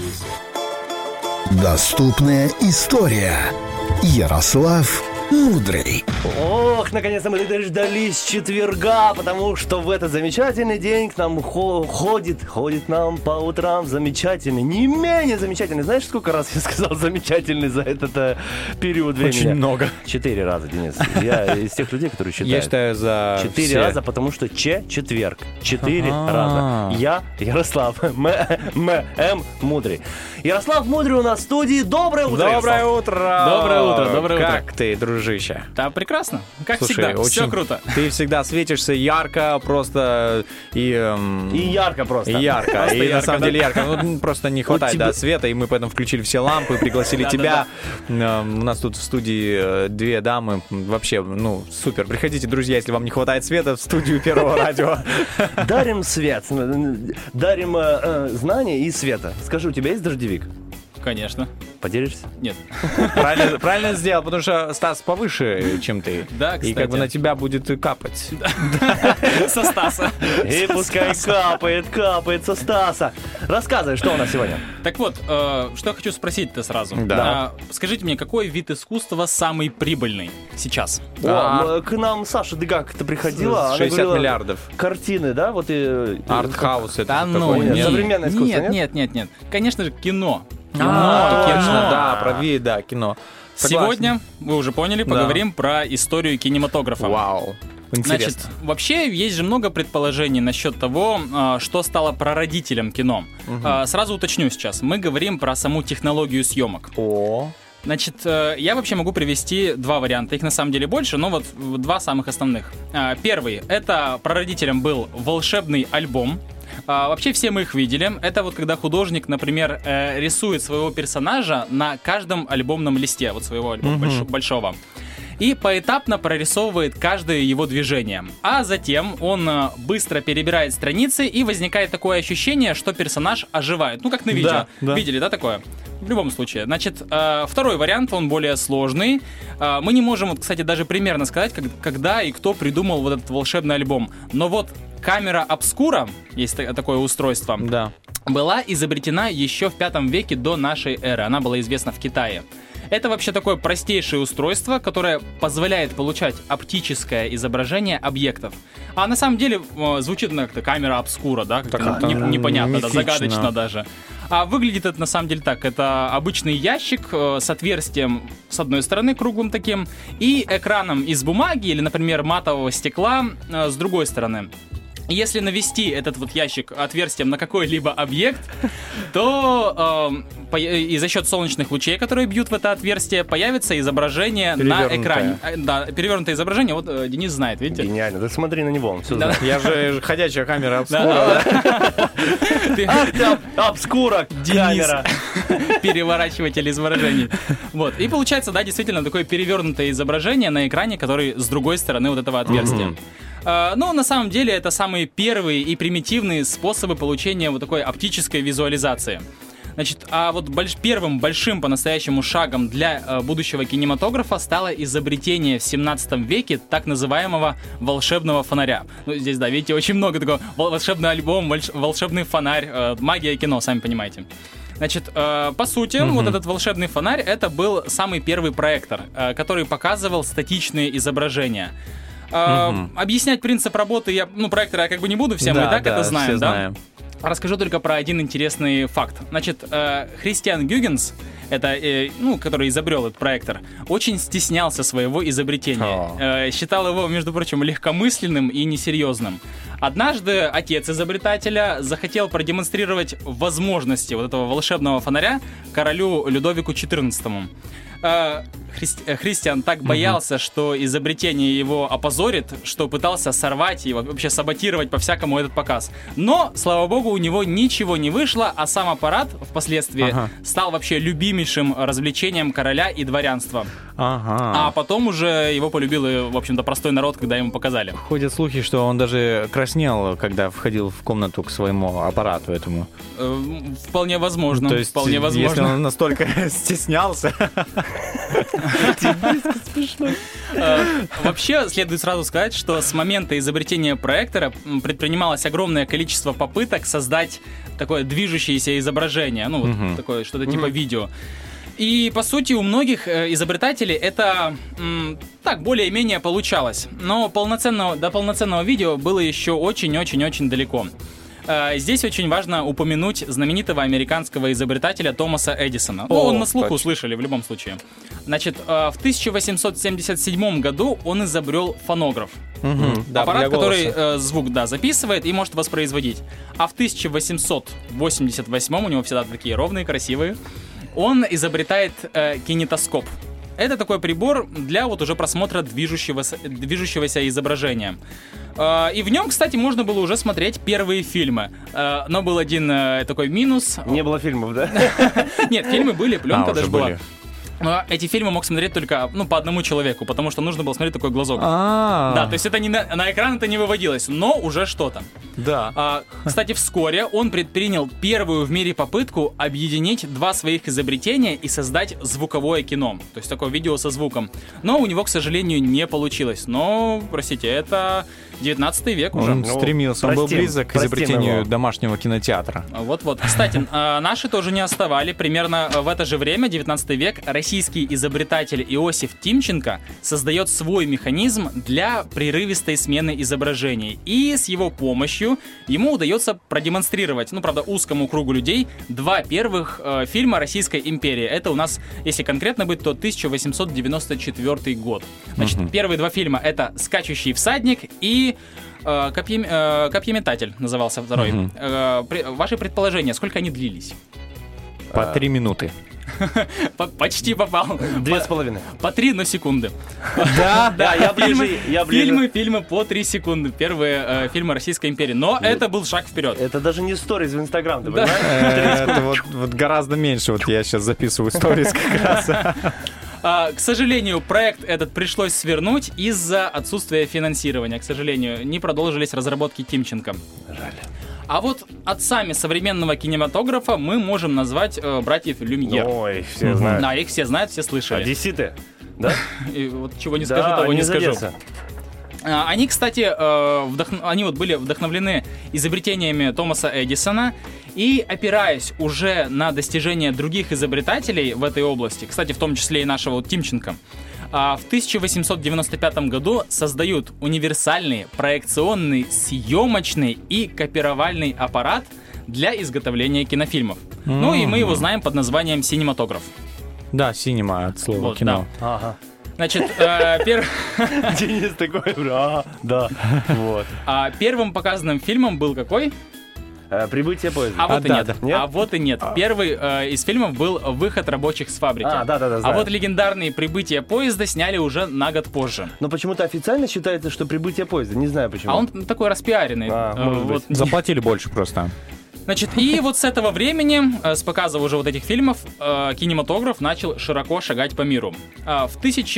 Доступная история. Ярослав Мудрый. Ох, наконец-то мы дождались четверга, потому что в этот замечательный день к нам ходит нам по утрам замечательный, не менее замечательный. Знаешь, сколько раз я сказал замечательный за этот период времени? Очень много. 4 раза, Денис. Я из тех людей, которые считают. Я считаю за 4 все. раза, потому что четверг. 4 раза. Я, Ярослав, Мудрый. Ярослав Мудрый у нас в студии. Доброе утро, Доброе утро! Доброе утро. Как ты, дружище? Да, прекрасно. Как Слушай, всегда, все очень круто. Ты всегда светишься ярко, просто И ярко просто. И ярко. Просто И на ярко, самом да? деле ярко. Ну, просто не хватает света, и мы поэтому включили все лампы, пригласили тебя. У нас тут в студии 2 дамы. Вообще, супер. Приходите, друзья, если вам не хватает света, в студию Первого радио. Дарим свет, дарим знания и света. Скажи, у тебя есть дождевик? Конечно. Поделишься? Нет. Правильно сделал, потому что Стас повыше, чем ты. Да, кстати. И как бы на тебя будет капать. Со Стаса. И пускай капает со Стаса. Рассказывай, что у нас сегодня? Так вот, что я хочу спросить-то сразу. Да. Скажите мне, какой вид искусства самый прибыльный сейчас? К нам Саша Дега как-то приходила. она 60 говорила, миллиардов. Картины, да? Вот и Артхаус это Да ну, такое, нет. нет? Современное искусство, нет. Конечно же, кино. Точно, да, про вид, да, кино. Согласен. Сегодня, вы уже поняли, поговорим про историю кинематографа. Вау. Интересно. Значит, вообще есть же много предположений насчет того, что стало прародителем кино. Сразу уточню сейчас. Мы говорим про саму технологию съемок. Значит, я вообще могу привести 2 варианта. Их на самом деле больше, но вот 2 самых основных. Первый. Это прародителем был волшебный альбом. Вообще все мы их видели. Это вот когда художник, например, рисует своего персонажа на каждом альбомном листе, вот своего альбома большого. И поэтапно прорисовывает каждое его движение. А затем он быстро перебирает страницы, и возникает такое ощущение, что персонаж оживает. Ну, как на видео. Да. Видели, да, такое? В любом случае. Значит, второй вариант, он более сложный. Мы не можем, вот, кстати, даже примерно сказать, когда и кто придумал вот этот волшебный альбом. Но вот камера обскура, есть такое устройство, Да. была изобретена еще в 5 веке до нашей эры. Она была известна в Китае. Это вообще такое простейшее устройство, которое позволяет получать оптическое изображение объектов. А на самом деле звучит как-то камера обскура, да? Как-то непонятно, да, загадочно даже. А выглядит это на самом деле так. Это обычный ящик с отверстием с одной стороны, круглым таким, и экраном из бумаги или, например, матового стекла с другой стороны. Если навести этот вот ящик отверстием на какой-либо объект, то и за счет солнечных лучей, которые бьют в это отверстие, появится изображение на экране. Да, перевернутое изображение, вот Денис знает, видите? Гениально, да смотри на него, он все знает. Я же ходячая камера обскура. Ах ты, обскура, камера. Переворачиватель изображений. Вот. И получается, да, действительно, такое перевернутое изображение на экране, который с другой стороны вот этого отверстия. Но на самом деле это самые первые и примитивные способы получения вот такой оптической визуализации. Значит, а вот первым большим по-настоящему шагом для будущего кинематографа стало изобретение в 17 веке так называемого волшебного фонаря. Ну, здесь, да, видите, очень много такого. Волшебный альбом, волшебный фонарь, магия кино, сами понимаете. Значит, по сути, вот этот волшебный фонарь, это был самый первый проектор, который показывал статичные изображения. Объяснять принцип работы проектора я как бы не буду, все мы и так это знаем, да? Знаем. Расскажу только про один интересный факт. Значит, Христиан Гюгенс, это, который изобрел этот проектор, очень стеснялся своего изобретения. Считал его, между прочим, легкомысленным и несерьезным. Однажды отец изобретателя захотел продемонстрировать возможности вот этого волшебного фонаря королю Людовику XIV. Христиан так боялся, что изобретение его опозорит, что пытался сорвать и вообще саботировать по-всякому этот показ. Но, слава богу, у него ничего не вышло, а сам аппарат впоследствии стал вообще любимейшим развлечением короля и дворянства. А потом уже его полюбил, в общем-то, простой народ, когда ему показали. Ходят слухи, что он даже покраснел, когда входил в комнату к своему аппарату этому. Вполне возможно. То есть, вполне возможно. если он настолько стеснялся. Вообще, следует сразу сказать, что с момента изобретения проектора предпринималось огромное количество попыток создать такое движущееся изображение, ну, вот такое что-то типа видео. И, по сути, у многих изобретателей это так более-менее получалось. Но до полноценного видео было еще очень-очень-очень далеко. Здесь очень важно упомянуть знаменитого американского изобретателя Томаса Эдисона. Он на слуху услышали в любом случае. Значит, в 1877 году он изобрел фонограф. Аппарат, который звук, записывает и может воспроизводить. А в 1888, у него всегда такие ровные, красивые, он изобретает кинетоскоп. Это такой прибор для вот уже просмотра движущегося изображения. И в нем, кстати, можно было уже смотреть первые фильмы. Но был один такой минус. Не было фильмов, да? Нет, фильмы были, пленка даже была. были. Эти фильмы мог смотреть только по одному человеку, потому что нужно было смотреть такой глазок. Да, то есть это на экран это не выводилось, но уже что-то. Да. Кстати, вскоре он предпринял первую в мире попытку объединить два своих изобретения и создать звуковое кино. То есть такое видео со звуком. Но у него, к сожалению, не получилось. Но, простите, это 19 век уже. Он стремился, он был близок к изобретению домашнего кинотеатра. Вот-вот. Кстати, наши тоже не отставали. Примерно в это же время, 19 век, российский изобретатель Иосиф Тимченко создает свой механизм для прерывистой смены изображений. И с его помощью ему удается продемонстрировать, правда, узкому кругу людей, два первых фильма Российской империи. Это у нас, если конкретно быть, то 1894 год. Значит, первые два фильма — это «Скачущий всадник» и «Копьеметатель» назывался второй. Ваши предположения, сколько они длились? По 3 минуты. Почти попал. 2,5. По 3 секунды. Да, я ближе. Фильмы по 3 секунды. Первые фильмы Российской империи. Но это был шаг вперед. Это даже не сторис в Инстаграм, ты понимаешь? Это вот гораздо меньше. Вот я сейчас записываю сторис как раз. К сожалению, проект этот пришлось свернуть из-за отсутствия финансирования. К сожалению, не продолжились разработки Тимченко. Жаль. А вот отцами современного кинематографа мы можем назвать братьев Люмьер. Ой, все знают. Да, их все знают, все слышали. Одесситы, да? И вот чего не скажу, того не скажу. Они, кстати, были вдохновлены изобретениями Томаса Эдисона и, опираясь уже на достижения других изобретателей в этой области, кстати, в том числе и нашего Тимченко, в 1895 году создают универсальный проекционный, съемочный и копировальный аппарат для изготовления кинофильмов. Ну и мы его знаем под названием «Синематограф». Да, синема от слова кино. Да. Ага. Значит, Денис такой, да, вот. Первым показанным фильмом был какой? «Прибытие поезда». А вот и нет. Первый из фильмов был «Выход рабочих с фабрики». Да, знаю. А вот легендарные «Прибытие поезда» сняли уже на год позже. Но почему-то официально считается, что «Прибытие поезда». Не знаю почему. А он такой распиаренный. Может быть. Заплатили больше просто. Значит, и вот с этого времени, с показа уже вот этих фильмов, кинематограф начал широко шагать по миру. В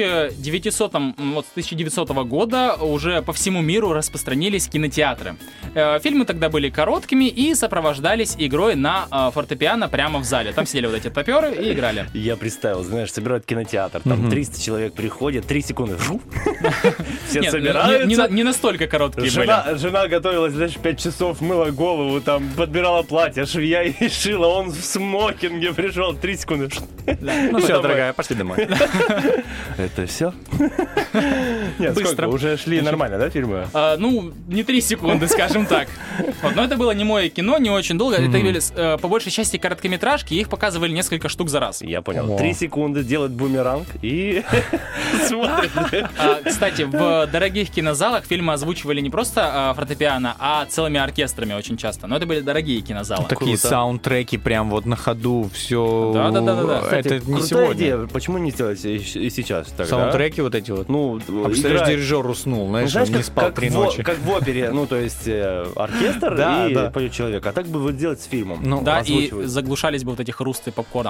1900 года уже по всему миру распространились кинотеатры. Фильмы тогда были короткими и сопровождались игрой на фортепиано прямо в зале. Там сидели вот эти топеры и играли. Я представил, знаешь, собирают кинотеатр, там 300 человек приходят, 3 секунды, все собираются. Не настолько короткие были. Жена готовилась, знаешь, 5 часов, мыла голову, там, подбирала платье, швея и шила, он в смокинге пришел, 3 секунды. Ну все, дорогая, пошли домой. Это все? Нет, Быстро. сколько? Уже шли нормально, да, фильмы? Не 3 секунды, скажем так. Но это было немое кино, не очень долго. Это были по большей части короткометражки, и их показывали несколько штук за раз. Я понял. 3 секунды, делать бумеранг и смотрит. Кстати, в дорогих кинозалах фильмы озвучивали не просто фортепиано, а целыми оркестрами очень часто. Но это были дорогие кинозала. Такие саундтреки прям вот на ходу, все. Да. Кстати, Это не крутая сегодня. идея. Почему не сделать и сейчас тогда? Саундтреки вот эти вот. Ну, А представляешь, играть. дирижер уснул, знаешь, Знаешь, он не спал 3 ночи. Как в опере, ну, то есть оркестр Да, и да. поет человек. А так бы вот делать с фильмом. Ну, Да, и озвучивать. заглушались бы вот эти хрусты попкорна.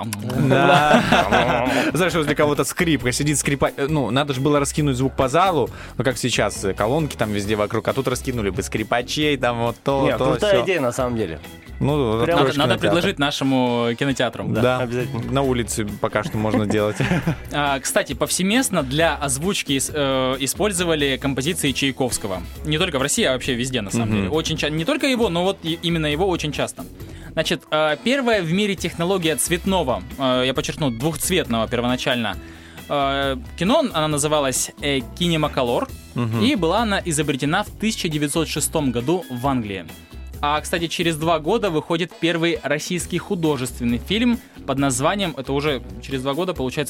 Да. Знаешь, возле кого-то скрипка сидит, скрипать. Ну, надо же было раскинуть звук по залу, ну, как сейчас, колонки там везде вокруг, а тут раскинули бы скрипачей, там вот то, Не, то, крутая всё. идея на самом деле. Ну, Прям откроешь Надо кинотеатр. предложить нашему кинотеатру. Да, обязательно. на улице пока что можно делать. Кстати, повсеместно для озвучки использовали композиции Чайковского. Не только в России, а вообще везде, на самом деле. Очень не только его, но вот именно его очень часто. Значит, первая в мире технология цветного, я подчеркну, двухцветного первоначально, кино, она называлась Кинемаколор, и была она изобретена в 1906 году в Англии. А, кстати, через 2 года выходит первый российский художественный фильм под названием, это уже через 2 года, получается,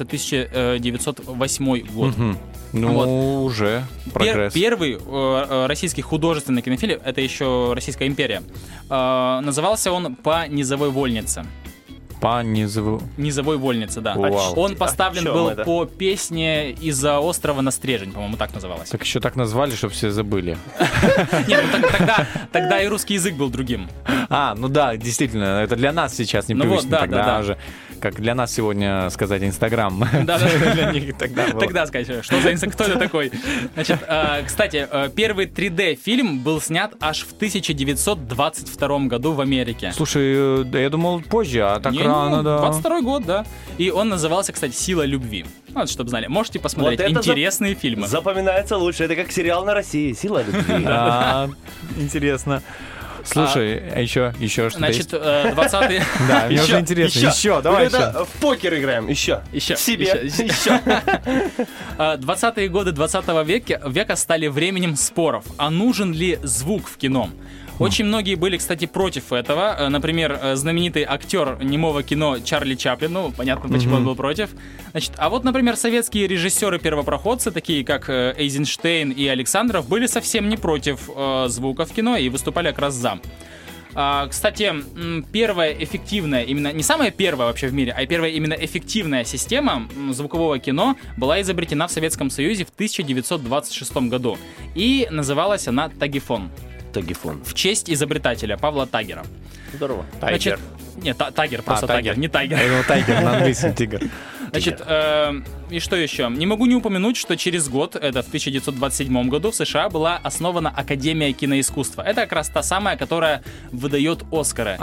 1908 год. Ну, Вот. уже прогресс. Первый российский художественный кинофильм, это еще Российская империя, назывался он «По низовой вольнице». По низову. Низовой вольнице, да. Вау. Он поставлен О чем был это? по песне «Из-за острова на Стрежень», по-моему, так называлось. Так еще так назвали, чтобы все забыли. Нет, ну тогда и русский язык был другим. А, ну да, действительно, это для нас сейчас Ну непривычно. вот, да, Тогда да. уже, как для нас сегодня сказать Инстаграм. Да. Для них тогда было. Тогда сказать, что за кто это такой? Значит, кстати, первый 3D-фильм был снят аж в 1922 году в Америке. Слушай, да я думал позже, а так рано, да. 22 год, да. И он назывался, кстати, «Сила любви». Вот, чтобы знали. Можете посмотреть Вот это интересные фильмы. Запоминается лучше. Это как сериал на России. «Сила любви». А, интересно. Слушай, а еще что-то Значит, есть? 20-й... Да, мне уже интересно. Еще, давай еще. Это в покер играем. Еще. Еще. Себе. Еще. 20-е годы 20 века стали временем споров. А нужен ли звук в кино? Очень многие были, кстати, против этого. Например, знаменитый актер немого кино Чарли Чаплин. Ну, понятно, почему он был против. Значит, а вот, например, советские режиссеры-первопроходцы, такие как Эйзенштейн и Александров, были совсем не против звука в кино и выступали как раз за. Кстати, первая эффективная, именно не самая первая вообще в мире, а первая именно эффективная система звукового кино была изобретена в Советском Союзе в 1926 году. И называлась она «Тагифон». Тагифон. В честь изобретателя Павла Тагера. Здорово. Значит, нет, Тагер, просто Тагер, не Тайгер. Я думал, тайгер на английском, тигр. Значит, и что еще? Не могу не упомянуть, что через год, это в 1927 году, в США была основана Академия киноискусства. Это как раз та самая, которая выдает Оскары.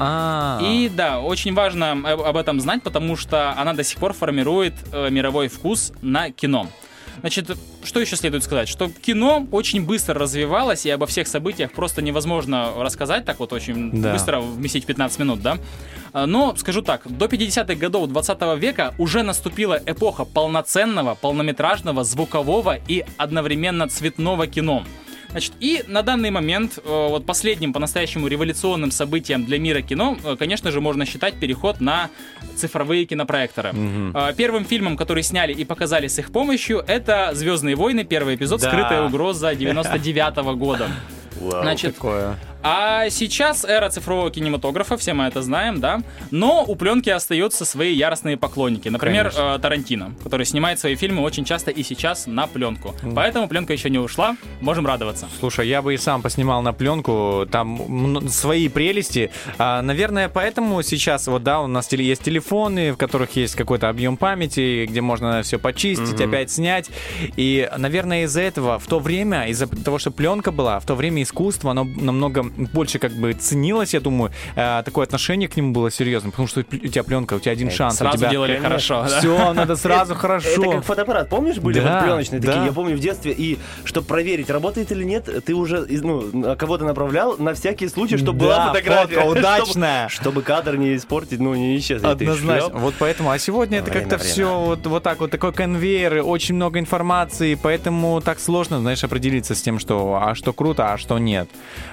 И да, очень важно об этом знать, потому что она до сих пор формирует мировой вкус на кино. Значит, что еще следует сказать? Что кино очень быстро развивалось, и обо всех событиях просто невозможно рассказать так вот очень быстро, вместить в 15 минут, да? Но, скажу так, до 50-х годов 20 века уже наступила эпоха полноценного, полнометражного, звукового и одновременно цветного кино. Значит, и на данный момент вот последним по-настоящему революционным событием для мира кино, конечно же, можно считать переход на цифровые кинопроекторы. Первым фильмом, который сняли и показали с их помощью, это «Звездные войны», первый эпизод, «Скрытая угроза» 99-го года. Значит, Такое. а сейчас эра цифрового кинематографа, все мы это знаем, да, но у пленки остаются свои яростные поклонники. Например, Тарантино, который снимает свои фильмы очень часто и сейчас на пленку. Поэтому пленка еще не ушла, можем радоваться. Слушай, я бы и сам поснимал на пленку, там свои прелести. Наверное, поэтому сейчас, вот да, у нас есть телефоны, в которых есть какой-то объем памяти, где можно все почистить, опять снять. И, наверное, из-за этого в то время, из-за того, что пленка была, в то время искусство, оно намного больше как бы ценилось, я думаю, такое отношение к нему было серьезным, потому что у тебя пленка, у тебя один шанс. Сразу у тебя... делали хорошо. Да? Все, надо сразу хорошо. Это как фотоаппарат, помнишь, были Да, вот пленочные такие? да. Я помню в детстве, и чтобы проверить, работает или нет, ты уже кого-то направлял на всякий случай, чтобы была фотография. фотка удачная. Чтобы кадр не испортить, не исчез. Однозначно. Вот поэтому. А сегодня это Время. как-то все вот так вот, такой конвейер, очень много информации, поэтому так сложно, знаешь, определиться с тем, что круто, а что нет.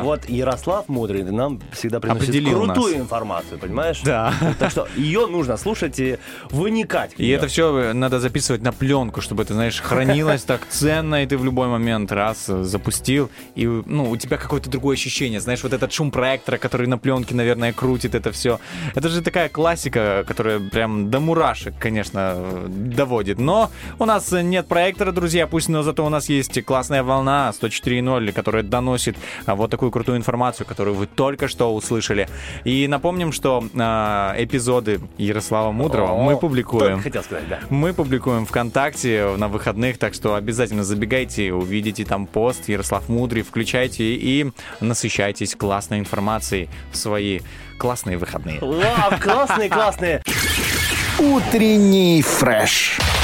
вот Ярослав Мудрый нам всегда приносит Определил крутую нас. информацию, понимаешь? Да. Так что ее нужно слушать и выникать. И это все надо записывать на пленку, чтобы это, знаешь, хранилось так ценно, и ты в любой момент раз запустил, и у тебя какое-то другое ощущение. Знаешь, вот этот шум проектора, который на пленке, наверное, крутит это все. Это же такая классика, которая прям до мурашек, конечно, доводит. Но у нас нет проектора, друзья, пусть, но зато у нас есть классная волна 104.0, которая доносит вот такую крутую информацию, которую вы только что услышали. И напомним, что эпизоды Ярослава Мудрого мы публикуем. Хотел сказать, да. Мы публикуем ВКонтакте на выходных, так что обязательно забегайте, увидите там пост Ярослав Мудрый, включайте и насыщайтесь классной информацией в свои классные выходные. Вау, классные. Утренний фреш.